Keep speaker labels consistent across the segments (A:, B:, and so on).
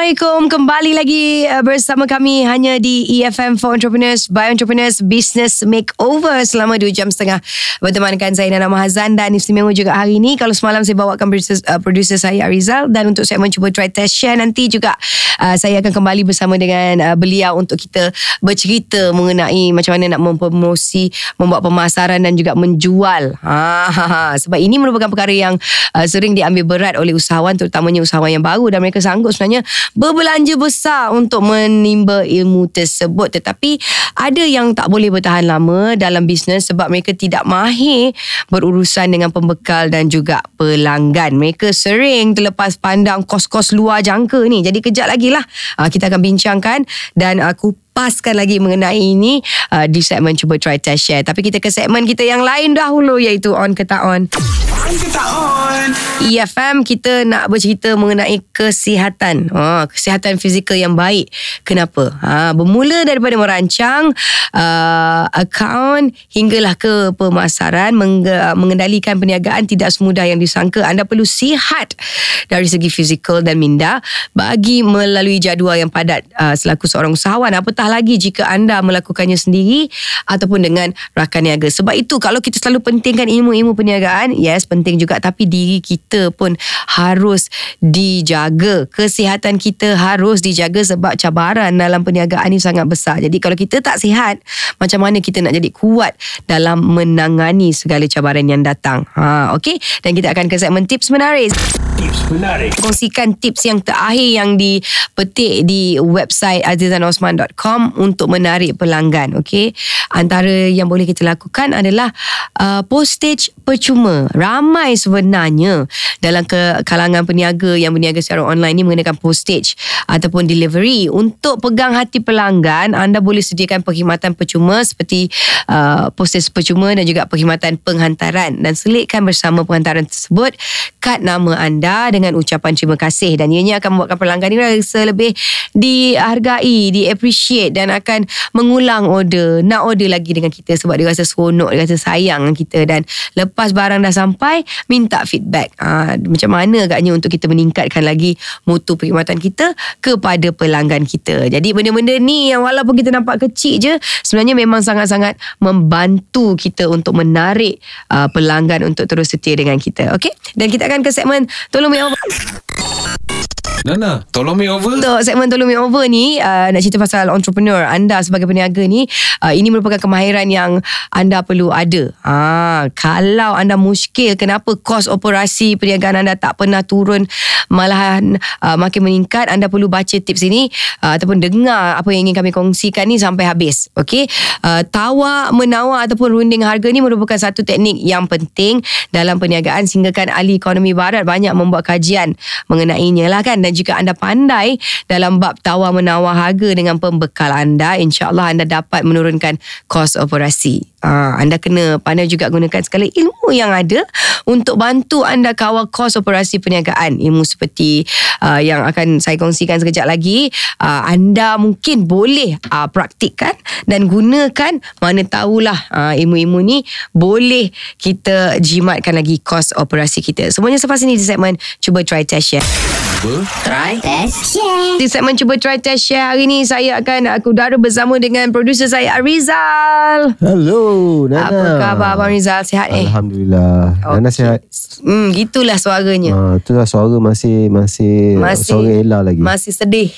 A: Assalamualaikum. Kembali lagi bersama kami hanya di EFM for Entrepreneurs by Entrepreneurs Business Makeover selama 2.5 jam bertemankan saya Nana Mahazan, dan istimewa juga hari ini. Kalau semalam saya bawakan producer saya Arizal, dan untuk segmen Cuba Try Test Share nanti juga saya akan kembali bersama dengan beliau untuk kita bercerita mengenai macam mana nak mempromosi, membuat pemasaran dan juga menjual. Sebab ini merupakan perkara yang sering diambil berat oleh usahawan, terutamanya usahawan yang baru, dan mereka sanggup sebenarnya berbelanja besar untuk menimba ilmu tersebut. Tetapi ada yang tak boleh bertahan lama dalam bisnes sebab mereka tidak mahir berurusan dengan pembekal dan juga pelanggan. Mereka sering terlepas pandang kos-kos luar jangka ni. Jadi kejap lagi lah kita akan bincangkan dan kupaskan lagi mengenai ini di segmen Cuba Try Test Share. Tapi kita ke segmen kita yang lain dahulu, iaitu On ke Tak On. On ke Tak On. EFM kita nak bercerita mengenai kesihatan. Kesihatan fizikal yang baik. Kenapa? Bermula daripada merancang akaun hinggalah ke pemasaran, mengendalikan perniagaan tidak semudah yang disangka. Anda perlu sihat dari segi fizikal dan minda bagi melalui jadual yang padat selaku seorang usahawan. Apatah lagi jika anda melakukannya sendiri ataupun dengan rakan niaga. Sebab itu kalau kita selalu pentingkan ilmu-ilmu perniagaan, yes penting juga, tapi diri kita pun harus dijaga. Kesihatan kita harus dijaga sebab cabaran dalam perniagaan ni sangat besar. Jadi kalau kita tak sihat, macam mana kita nak jadi kuat dalam menangani segala cabaran yang datang? Okey, dan kita akan ke segmen tips menarik. Tips menarik. Kongsikan tips yang terakhir yang dipetik di website azizanosman.com untuk menarik pelanggan. Okey, antara yang boleh kita lakukan adalah postage percuma. Ramai sebenarnya dalam kalangan peniaga yang berniaga secara online ni menggunakan postage ataupun delivery. Untuk pegang hati pelanggan, anda boleh sediakan perkhidmatan percuma seperti postage percuma dan juga perkhidmatan penghantaran, dan selitkan bersama penghantaran tersebut kad nama anda dengan ucapan terima kasih, dan ianya akan membuatkan pelanggan ini rasa lebih dihargai, di-appreciate, dan akan mengulang order, nak order lagi dengan kita sebab dia rasa seronok, dia rasa sayang dengan kita. Dan lepas barang dah sampai, minta feedback. Macam mana agaknya untuk kita meningkatkan lagi mutu perkhidmatan kita kepada pelanggan kita. Jadi benda-benda ni yang walaupun kita nampak kecil je, sebenarnya memang sangat-sangat membantu kita untuk menarik pelanggan untuk terus setia dengan kita. Okey? Dan kita akan ke segmen Tolong Makeover.
B: Nana, tolong makeover.
A: Untuk segmen Tolong Makeover ni, nak cerita pasal entrepreneur. Anda sebagai peniaga ni, ini merupakan kemahiran yang anda perlu ada. Kalau anda muskil, kenapa kos operasi perniagaan anda tak pernah turun, malahan makin meningkat, anda perlu baca tips ini ataupun dengar apa yang ingin kami kongsikan ni sampai habis. Okey, tawar menawar ataupun runding harga ni merupakan satu teknik yang penting dalam perniagaan, sehinggakan ahli ekonomi barat banyak membuat kajian mengenainya lah kan. Dan jika anda pandai dalam bab tawar menawar harga dengan pembekal anda, insya-Allah anda dapat menurunkan kos operasi. Anda kena pandai juga gunakan segala ilmu yang ada untuk bantu anda kawal kos operasi perniagaan. Ilmu seperti yang akan saya kongsikan sekejap lagi, anda mungkin boleh praktikkan dan gunakan, mana tahulah ilmu-ilmu ni boleh kita jimatkan lagi kos operasi kita. Semuanya selepas ini di segmen Cuba Try Test Share. Try Test Share. Di segmen Cuba Try Test Share hari ni, saya akan udara bersama dengan producer saya Arizal.
C: Hello Nana.
A: Apa khabar Abang Rizal? Sihat
C: Alhamdulillah. Okay. Nana sihat?
A: Gitulah suaranya.
C: Itulah suara masih suara Ella lagi.
A: Masih sedih.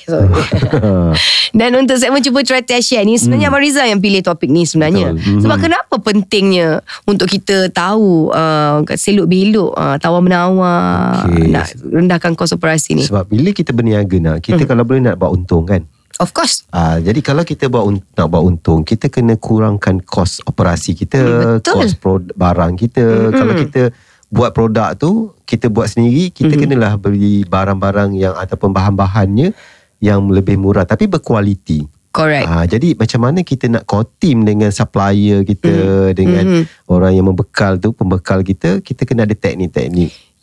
A: Dan untuk segmen Cuba Try Test Share ni, sebenarnya Abang Rizal yang pilih topik ni sebenarnya. Sebab kenapa pentingnya untuk kita tahu seluk-beluk tawar menawar, nak rendahkan kos operasi ni?
C: Sebab bila kita berniaga kita kalau boleh nak buat untung kan.
A: Of course.
C: Jadi kalau kita nak buat untung, kita kena kurangkan kos operasi kita, kos barang kita. Kalau kita buat produk tu, kita buat sendiri, kita kenalah beli barang-barang yang ataupun bahan-bahannya yang lebih murah tapi berkualiti.
A: Correct.
C: Jadi macam mana kita nak co-team dengan supplier kita, dengan orang yang membekal tu, pembekal kita kena ada teknik-teknik.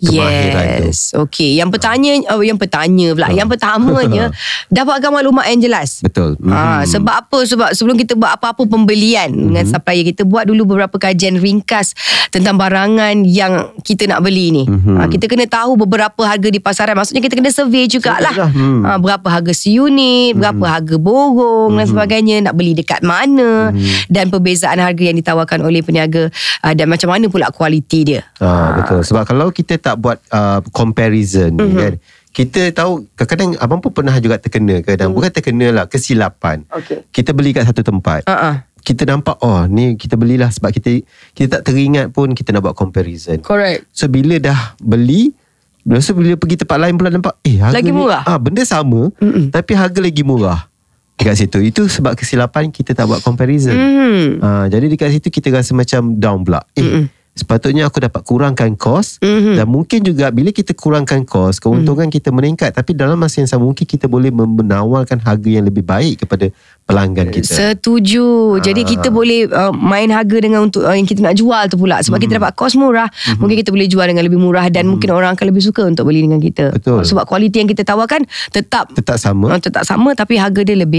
C: kemahiran tu.
A: Okey, yang pertamanya dapatkan maklumat yang jelas.
C: Betul.
A: Sebab apa? Sebab sebelum kita buat apa-apa pembelian dengan supplier, kita buat dulu beberapa kajian ringkas tentang barangan yang kita nak beli ni. Kita kena tahu beberapa harga di pasaran. Maksudnya kita kena survey jugalah. Berapa harga seunit, berapa harga borong dan sebagainya, nak beli dekat mana, dan perbezaan harga yang ditawarkan oleh peniaga, dan macam mana pula kualiti dia.
C: Betul. Sebab kalau kita tak buat comparison kan, kita tahu kadang-kadang abang pun pernah juga terkena kadang, bukan terkena lah, kesilapan. Kita beli kat satu tempat, kita nampak ni kita belilah sebab kita tak teringat pun kita nak buat comparison.
A: Correct.
C: So bila dah beli, lepas tu bila pergi tempat lain pula nampak harga
A: lagi murah.
C: Benda sama tapi harga lagi murah dekat situ. Itu sebab kesilapan kita tak buat comparison. Jadi dekat situ kita rasa macam down pula. Sepatutnya aku dapat kurangkan kos, dan mungkin juga bila kita kurangkan kos, keuntungan kita meningkat, tapi dalam masa yang sama mungkin kita boleh menawarkan harga yang lebih baik kepada pelanggan kita.
A: Setuju. Jadi kita boleh main harga dengan untuk yang kita nak jual tu pula. Sebab kita dapat kos murah, mungkin kita boleh jual dengan lebih murah, dan mungkin orang akan lebih suka untuk beli dengan kita.
C: Betul.
A: Sebab kualiti yang kita tawarkan tetap sama, tapi harga dia lebih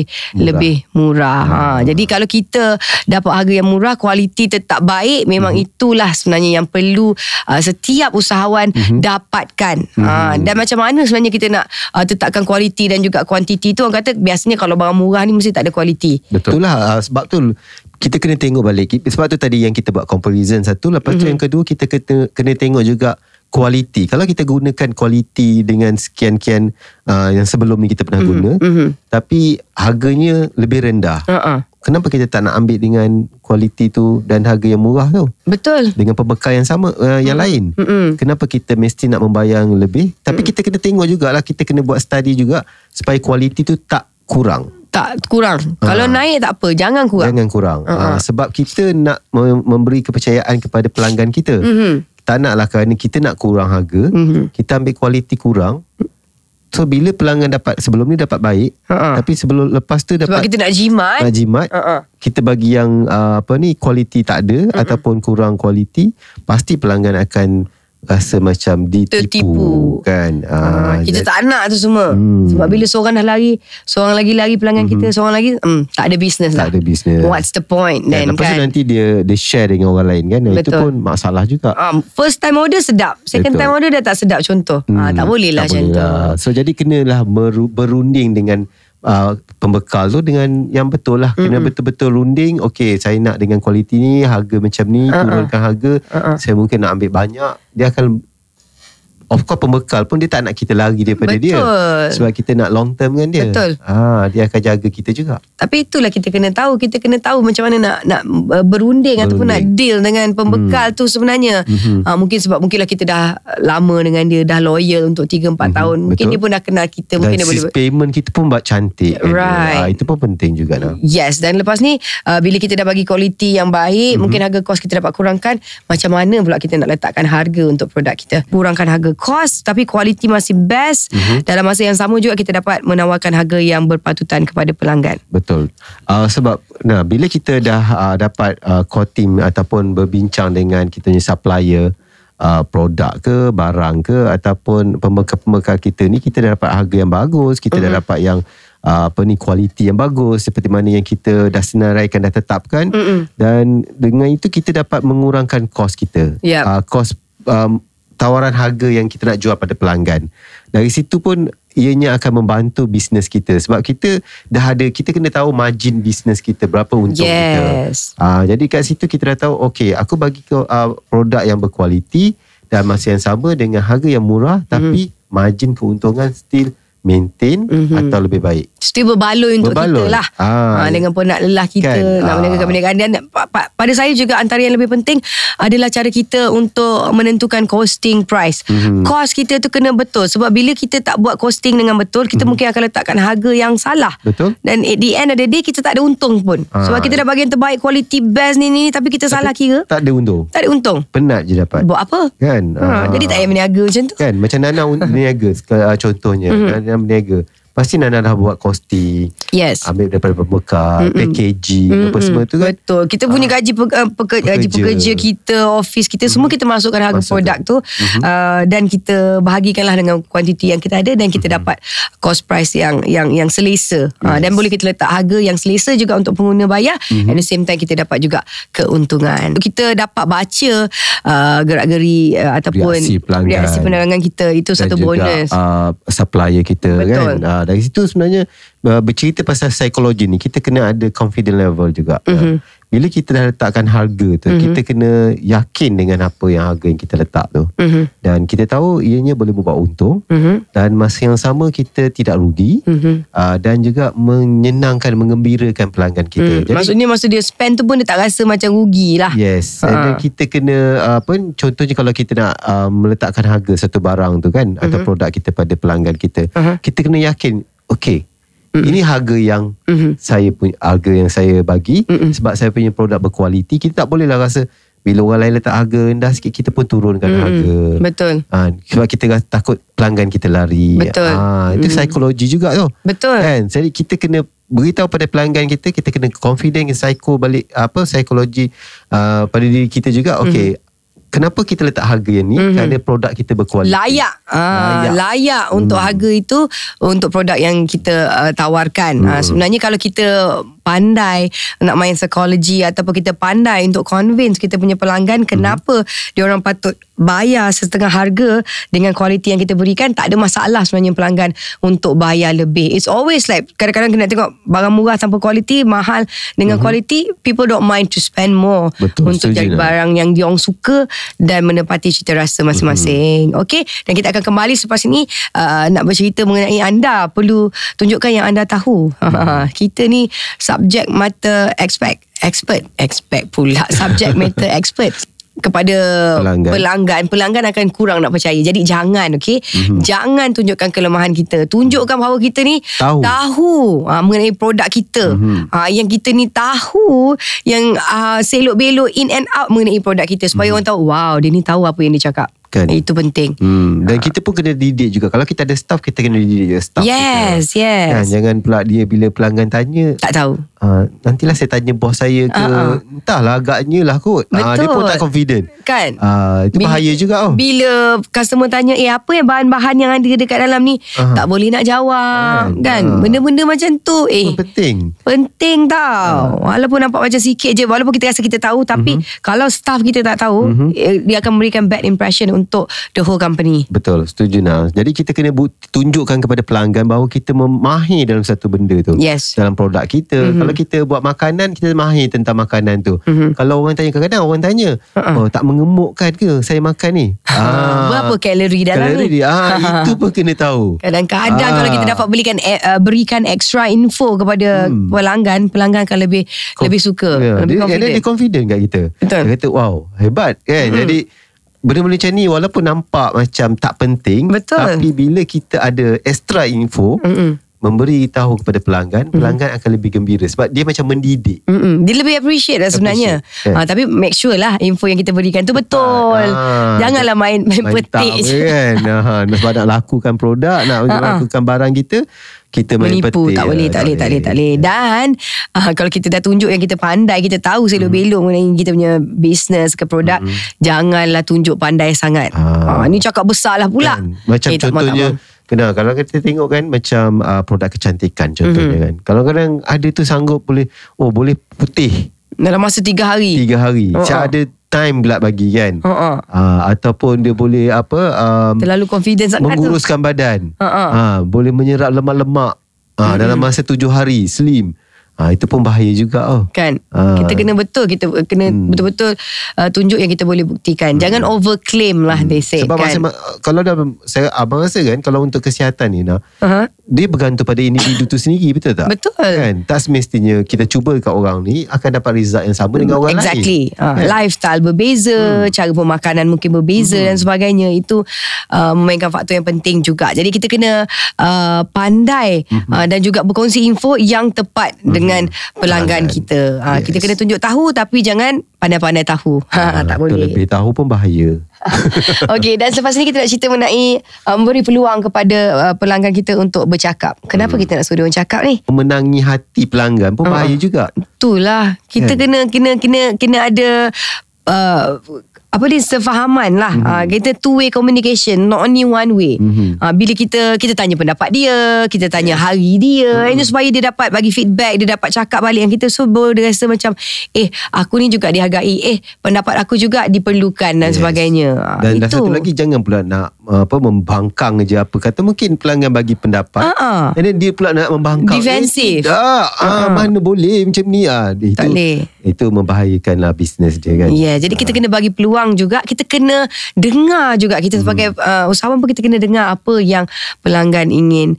A: murah. Jadi kalau kita dapat harga yang murah, kualiti tetap baik, memang itulah sebenarnya yang perlu setiap usahawan dapatkan. Dan macam mana sebenarnya kita nak tetapkan kualiti dan juga kuantiti tu. Orang kata biasanya kalau barang murah ni mesti tak ada kualiti.
C: Betul lah. Sebab tu kita kena tengok balik. Sebab tu tadi yang kita buat comparison satu. Lepas tu yang kedua, kita kena tengok juga kualiti. Kalau kita gunakan kualiti dengan sekian-kian yang sebelum ni kita pernah guna, tapi harganya lebih rendah, kenapa kita tak nak ambil dengan kualiti tu dan harga yang murah tu?
A: Betul.
C: Dengan pembekal yang sama, yang lain. Kenapa kita mesti nak membayar lebih? Tapi kita kena tengok jugalah, kita kena buat study juga supaya kualiti tu tak kurang. Kalau naik tak apa, jangan kurang. Sebab kita nak memberi kepercayaan kepada pelanggan kita. Tak naklah kerana kita nak kurang harga, kita ambil kualiti kurang. So bila pelanggan sebelum ni dapat baik, tapi lepas tu dapat,
A: sebab kita nak jimat,
C: kita bagi yang kualiti tak ada, ataupun kurang kualiti, pasti pelanggan akan rasa macam ditipu kan.
A: Kita tak nak tu semua. Sebab bila seorang lagi lari pelanggan kita, seorang lagi tak ada business lah.
C: Tak ada business.
A: What's the point then,
C: lepas tu nanti dia share dengan orang lain kan. Betul. Itu pun masalah juga.
A: First time order sedap, second time order dah tak sedap contoh. Tak boleh lah macam tu.
C: So jadi kenalah berunding dengan pembekal tu dengan yang betul lah. Kena betul-betul runding. Okay, saya nak dengan kualiti ni, harga macam ni, turunkan harga. Saya mungkin nak ambil banyak. Dia akan, of course pembekal pun dia tak nak kita lari daripada dia. Sebab kita nak long term dengan dia.
A: Betul.
C: Dia akan jaga kita juga.
A: Tapi itulah kita kena tahu macam mana nak berunding ataupun nak deal dengan pembekal tu sebenarnya. Mungkinlah kita dah lama dengan dia, dah loyal untuk 3-4 tahun. Mungkin dia pun dah kenal kita. Mungkin
C: dan
A: dia boleh
C: payment kita pun buat cantik.
A: Right.
C: Itu pun penting juga.
A: Yes. Dan lepas ni bila kita dah bagi kualiti yang baik, mungkin harga kos kita dapat kurangkan. Macam mana pula kita nak letakkan harga untuk produk kita? Kurangkan harga kos tapi kualiti masih best. Dalam masa yang sama juga kita dapat menawarkan harga yang berpatutan kepada pelanggan.
C: Betul. Sebab bila kita dah dapat core team ataupun berbincang dengan kita punya supplier, produk ke, barang ke, ataupun pembekal kita ni, kita dah dapat harga yang bagus, kita dah dapat yang kualiti yang bagus seperti mana yang kita dah senaraikan, dah tetapkan. Dan dengan itu kita dapat mengurangkan kos kita. Kos tawaran harga yang kita nak jual pada pelanggan. Dari situ pun ianya akan membantu bisnes kita. Sebab kita kita kena tahu margin bisnes kita, berapa untung kita. Jadi kat situ kita dah tahu, okay, aku bagi produk yang berkualiti dan masa yang sama dengan harga yang murah, tapi margin keuntungan still maintain atau lebih baik.
A: Still berbaloi untuk kita lah. Dengan penat lelah kita nak meniagakan perniagaan. Dan pada saya juga antara yang lebih penting adalah cara kita untuk menentukan costing price. Cost kita tu kena betul. Sebab bila kita tak buat costing dengan betul, kita mungkin akan letakkan harga yang salah.
C: Betul.
A: Dan at the end of the day kita tak ada untung pun. Sebab kita dah bagi yang terbaik, quality best ni tapi kita salah kira.
C: Tak ada untung. Penat je dapat.
A: Buat apa?
C: Kan?
A: Jadi tak payah meniaga macam tu.
C: Kan? Macam Nana berniaga contohnya. Nana berniaga. pasti Nana dah buat costing.
A: Yes.
C: Ambil daripada pembekal, packaging, apa semua tu kan.
A: Betul. Kita punya gaji gaji pekerja kita, office kita, semua kita masukkan harga produk tu, dan kita bahagikanlah dengan kuantiti yang kita ada, dan kita dapat cost price yang selesa. Dan boleh kita letak harga yang selesa juga untuk pengguna bayar. At the same time kita dapat juga keuntungan. Kita dapat baca gerak-geri ataupun reaksi pelanggan kita. Itu
C: dan
A: satu
C: juga,
A: bonus.
C: Supplier kita.
A: Betul.
C: Kan. Dari situ sebenarnya bercerita pasal psikologi ni, kita kena ada confidence level juga. Bila kita dah letakkan harga tu, kita kena yakin dengan apa yang harga yang kita letak tu. Dan kita tahu ianya boleh membuat untung, dan masa yang sama kita tidak rugi, dan juga menyenangkan, mengembirakan pelanggan kita. Jadi,
A: maksudnya masa dia spend tu pun dia tak rasa macam rugi lah.
C: Yes. Dan kita kena contohnya kalau kita nak meletakkan harga satu barang tu kan, atau produk kita pada pelanggan kita, kita kena yakin, okay, ini harga yang saya punya, harga yang saya bagi, sebab saya punya produk berkualiti. Kita tak bolehlah rasa bila orang lain letak harga rendah sikit, kita pun turunkan harga.
A: Betul.
C: Sebab kita takut pelanggan kita lari.
A: Betul.
C: Itu psikologi juga tu.
A: Betul.
C: Kan? Jadi kita kena beritahu pada pelanggan kita, kita kena confident, psikologi pada diri kita juga. Okay, kenapa kita letak harga yang ni? Kerana produk kita berkualiti.
A: Layak untuk harga itu, untuk produk yang kita tawarkan. Sebenarnya kalau kita pandai nak main psikologi, ataupun kita pandai untuk convince kita punya pelanggan kenapa diorang patut bayar setengah harga dengan kualiti yang kita berikan, tak ada masalah sebenarnya pelanggan untuk bayar lebih. It's always like, kadang-kadang kena tengok barang murah tanpa kualiti, mahal dengan kualiti, people don't mind to spend more.
C: Betul,
A: untuk cari barang yang diorang suka dan menepati cita rasa masing-masing. Okay, dan kita akan kembali selepas ini nak bercerita mengenai anda perlu tunjukkan yang anda tahu. Kita ni subject matter expert pula, subject matter expert kepada pelanggan akan kurang nak percaya. Jadi jangan, okay, jangan tunjukkan kelemahan kita, tunjukkan bahawa kita ni tahu mengenai produk kita, yang kita ni tahu yang selok-belok in and out mengenai produk kita, supaya orang tahu, wow, dia ni tahu apa yang dia cakap. Kan? Itu penting.
C: Dan kita pun kena didik juga. Kalau kita ada staff, kita kena didik staff
A: kita. Yes.
C: Kan? Jangan pula dia bila pelanggan tanya,
A: tak tahu.
C: Nantilah saya tanya bos saya ke, entahlah, agaknya lah kot. Dia pun tak confident.
A: Kan?
C: Itu bahaya juga.
A: Bila customer tanya, apa yang bahan-bahan yang ada dekat dalam ni, tak boleh nak jawab. Kan? Benda-benda macam tu penting tau. Walaupun nampak macam sikit je, walaupun kita rasa kita tahu, tapi kalau staff kita tak tahu, dia akan memberikan bad impression untuk the whole company.
C: Betul, setuju Nah. Jadi kita kena tunjukkan kepada pelanggan bahawa kita memahir dalam satu benda tu.
A: Yes.
C: Dalam produk kita. Kalau kita buat makanan, kita mahir tentang makanan tu. Kalau orang tanya, kadang-kadang orang tanya, tak mengemukkan ke saya makan ni?
A: Berapa kalori dalam ni?
C: Itu pun kena tahu.
A: Kadang-kadang kalau kita dapat berikan extra info kepada pelanggan akan lebih suka. Lebih confident.
C: Dia confident kat kita.
A: Betul.
C: Dia kata, wow, hebat kan? Jadi benda-benda macam ni walaupun nampak macam tak penting, tapi bila kita ada extra info, memberi tahu kepada pelanggan, pelanggan akan lebih gembira sebab dia macam mendidik.
A: Dia lebih appreciate lah sebenarnya. Tapi make sure lah info yang kita berikan tu betul. Janganlah main petik
C: kan. Sebab nak lakukan produk, nak lakukan barang kita main
A: menipu,
C: petik.
A: Tak boleh. Dan kalau kita dah tunjuk yang kita pandai, kita tahu selok-belok mengenai kita punya business ke produk, janganlah tunjuk pandai sangat. Ni cakap besar lah pula
C: kan? Macam contohnya, kalau kita tengok kan, macam produk kecantikan contohnya kan, kalau kadang ada tu sanggup boleh putih
A: dalam masa 3 hari.
C: Macam ada time pula bagi kan. Ataupun dia boleh
A: terlalu confident sangat,
C: menguruskan badan. Boleh menyerap lemak-lemak dalam masa 7 hari, slim. Itu pun bahaya juga
A: kan. Kita kena betul-betul tunjuk yang kita boleh buktikan. Jangan overclaim lah, they say.
C: Sebab
A: kan?
C: Kalau abang rasa kan, kalau untuk kesihatan ni dia bergantung pada individu tu sendiri, betul tak?
A: Betul
C: kan? Tak semestinya kita cuba kat orang ni akan dapat result yang sama dengan orang lain.
A: Lifestyle berbeza, cara pemakanan mungkin berbeza dan sebagainya. Itu memainkan faktor yang penting juga. Jadi kita kena pandai dan juga berkongsi info yang tepat dengan pelanggan kita. Kita kena tunjuk tahu, tapi jangan pandai-pandai tahu. Tak boleh.
C: Lebih tahu pun bahaya.
A: Okey, dan selepas ni kita nak cerita mengenai memberi peluang kepada pelanggan kita untuk bercakap. Kenapa kita nak suruh dia orang cakap ni?
C: Memenangi hati pelanggan pun bahaya juga.
A: Itulah. Kita kena ada sefahaman lah. Kita two-way communication, not only one way. Bila kita tanya pendapat dia, kita tanya hari dia, supaya dia dapat bagi feedback, dia dapat cakap balik yang kita, so boleh rasa macam aku ni juga dihargai, pendapat aku juga diperlukan dan sebagainya.
C: Dan satu lagi, jangan pula nak membangkang je apa kata. Mungkin pelanggan bagi pendapat, and then dia pula nak membangkang,
A: defensif.
C: Mana boleh macam ni. Itu membahayakan lah bisnes dia kan.
A: Jadi kita kena bagi peluang juga. Kita kena dengar juga. Kita sebagai usahawan pun kita kena dengar apa yang pelanggan ingin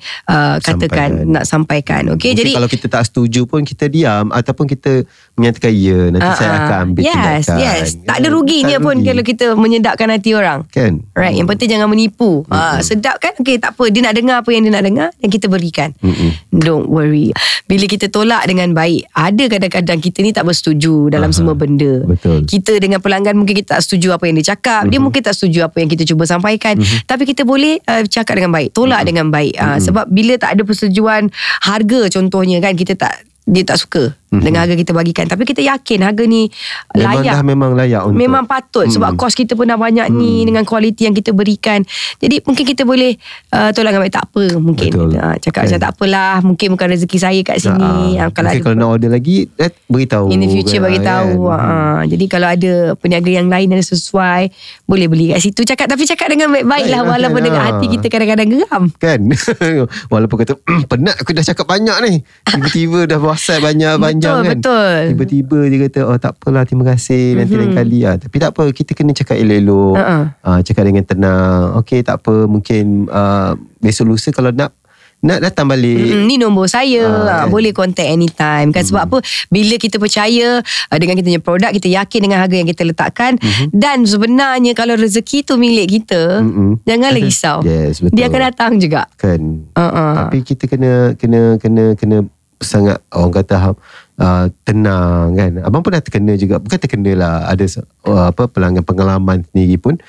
A: nak sampaikan. Okay, jadi
C: kalau kita tak setuju pun kita diam ataupun kita menyatakan ya, nanti saya akan ambil tindakan. Tak ada ruginya pun kalau kita menyedapkan hati orang kan. Right. Yang penting jangan menipu. Sedap kan? Okay, tak apa. Dia nak dengar apa yang dia nak dengar dan kita berikan. Don't worry. Bila kita tolak dengan baik, ada kadang-kadang kita ni tak bersetuju dalam semua benda. Betul.
A: Kita dengan pelanggan mungkin kita tak setuju apa yang dia cakap, dia mungkin tak setuju apa yang kita cuba sampaikan, tapi kita boleh cakap dengan baik, tolak dengan baik. Sebab bila tak ada persetujuan harga contohnya kan, dia tak suka dengan harga kita bagikan, tapi kita yakin harga ni layak,
C: memang layak untuk,
A: memang patut sebab kos kita pun dah banyak ni dengan kualiti yang kita berikan. Jadi mungkin kita boleh tolak dengan baik. Tak apa, mungkin cakap macam tak apalah, mungkin bukan rezeki saya kat sini.
C: Kalau nak order lagi, beritahu
A: in the future, beritahu kan. Jadi kalau ada peniaga yang lain yang sesuai, boleh beli kat situ. Tapi cakap dengan baik-baik lah, walaupun dengan hati kita kadang-kadang geram
C: kan. Walaupun kata penat, aku dah cakap banyak ni, tiba-tiba dah WhatsApp banyak kan?
A: Betul.
C: Tiba-tiba dia kata tak apalah, terima kasih, nanti lain kali lah. Tapi tak apa, kita kena cakap elok-elok, cakap dengan tenang. Okey, tak apa, mungkin besok lusa kalau nak datang balik,
A: ni nombor saya, boleh contact anytime kan. Sebab apa, bila kita percaya dengan kita punya produk, kita yakin dengan harga yang kita letakkan, dan sebenarnya kalau rezeki tu milik kita, janganlah risau.
C: Yes, betul.
A: Dia akan datang juga kan.
C: Tapi kita kena sangat, orang kata tenang kan. Abang pun dah terkena juga, bukan terkena lah, ada pelanggan pengalaman sendiri pun.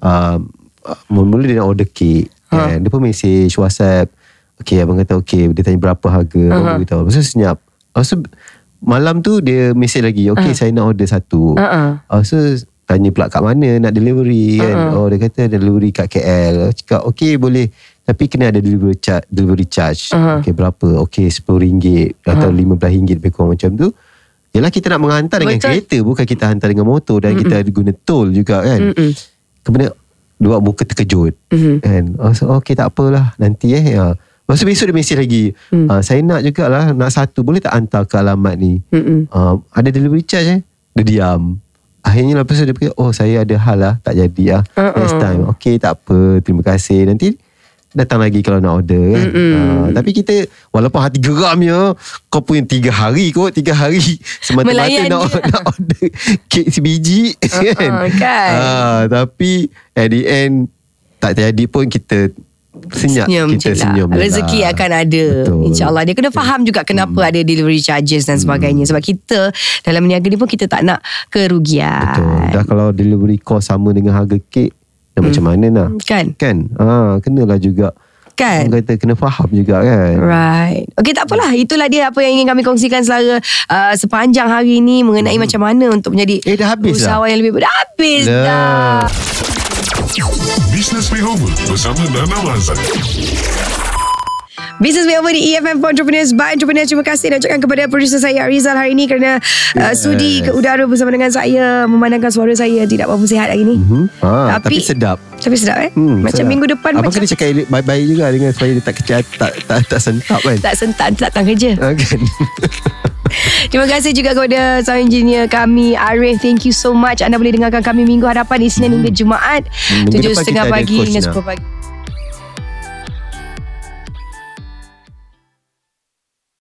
C: Mula-mula dia nak order kek kan, dia pun mesej WhatsApp. Okay, abang kata okay, dia tanya berapa harga, abang beritahu. Lepas tu senyap. Lepas tu malam tu dia mesej lagi, okay saya nak order satu. Lepas tu tanya pula kat mana nak delivery kan. Dia kata delivery kat KL. Cakap okay boleh, tapi kena ada delivery charge. Okay, berapa? Okay, RM10 atau RM15 lebih kurang macam tu. Yalah, kita nak menghantar dengan kereta, bukan kita hantar dengan motor, dan kita guna tol juga kan. Kemudian dua muka terkejut kan. Okay, tak apalah, nanti Lepas tu besok dia mesej lagi, saya nak jugalah, nak satu, boleh tak hantar ke alamat ni? Ada delivery charge Dia diam. Akhirnya lepas tu dia fikir, saya ada hal lah, tak jadi lah. Next time. Okay, tak apa, terima kasih, nanti datang lagi kalau nak order kan. Tapi kita, walaupun hati geramnya, kau punya 3 hari semata-mata nak order kek sebiji kan. Tapi at the end tak jadi pun, kita senyum rezeki akan ada. InsyaAllah. Dia kena faham juga kenapa ada delivery charges dan sebagainya. Sebab kita dalam berniaga ni pun kita tak nak kerugian. Betul. Dah kalau delivery cost sama dengan harga kek, macam mana nak? Kan? Kenalah juga kan. Kata kena faham juga kan.
A: Right. Okay, tak apalah. Itulah dia apa yang ingin kami kongsikan sepanjang hari ni mengenai macam mana untuk menjadi
C: dah habis
A: usahawan yang lebih. Dah habis dah.
D: Business Makeover bersama Nana Mazan.
A: Business Makeover di EFM for Entrepreneurs by Entrepreneurs. Terima kasih dan ucapkan kepada producer saya Rizal hari ini kerana sudi ke udara bersama dengan saya, memandangkan suara saya tidak berapa sihat hari ini.
C: Tapi sedap.
A: Macam sedap. Minggu depan
C: abang kena cakap bye-bye juga dengan supaya dia tak kecil, tak sentap kan.
A: Tak sentap, tak datang kerja.
C: Okay.
A: Terima kasih juga kepada sound engineer kami Arif. Thank you so much. Anda boleh dengarkan kami minggu hadapan, Isnin hingga Jumaat 7.30 pagi hingga 10 pagi.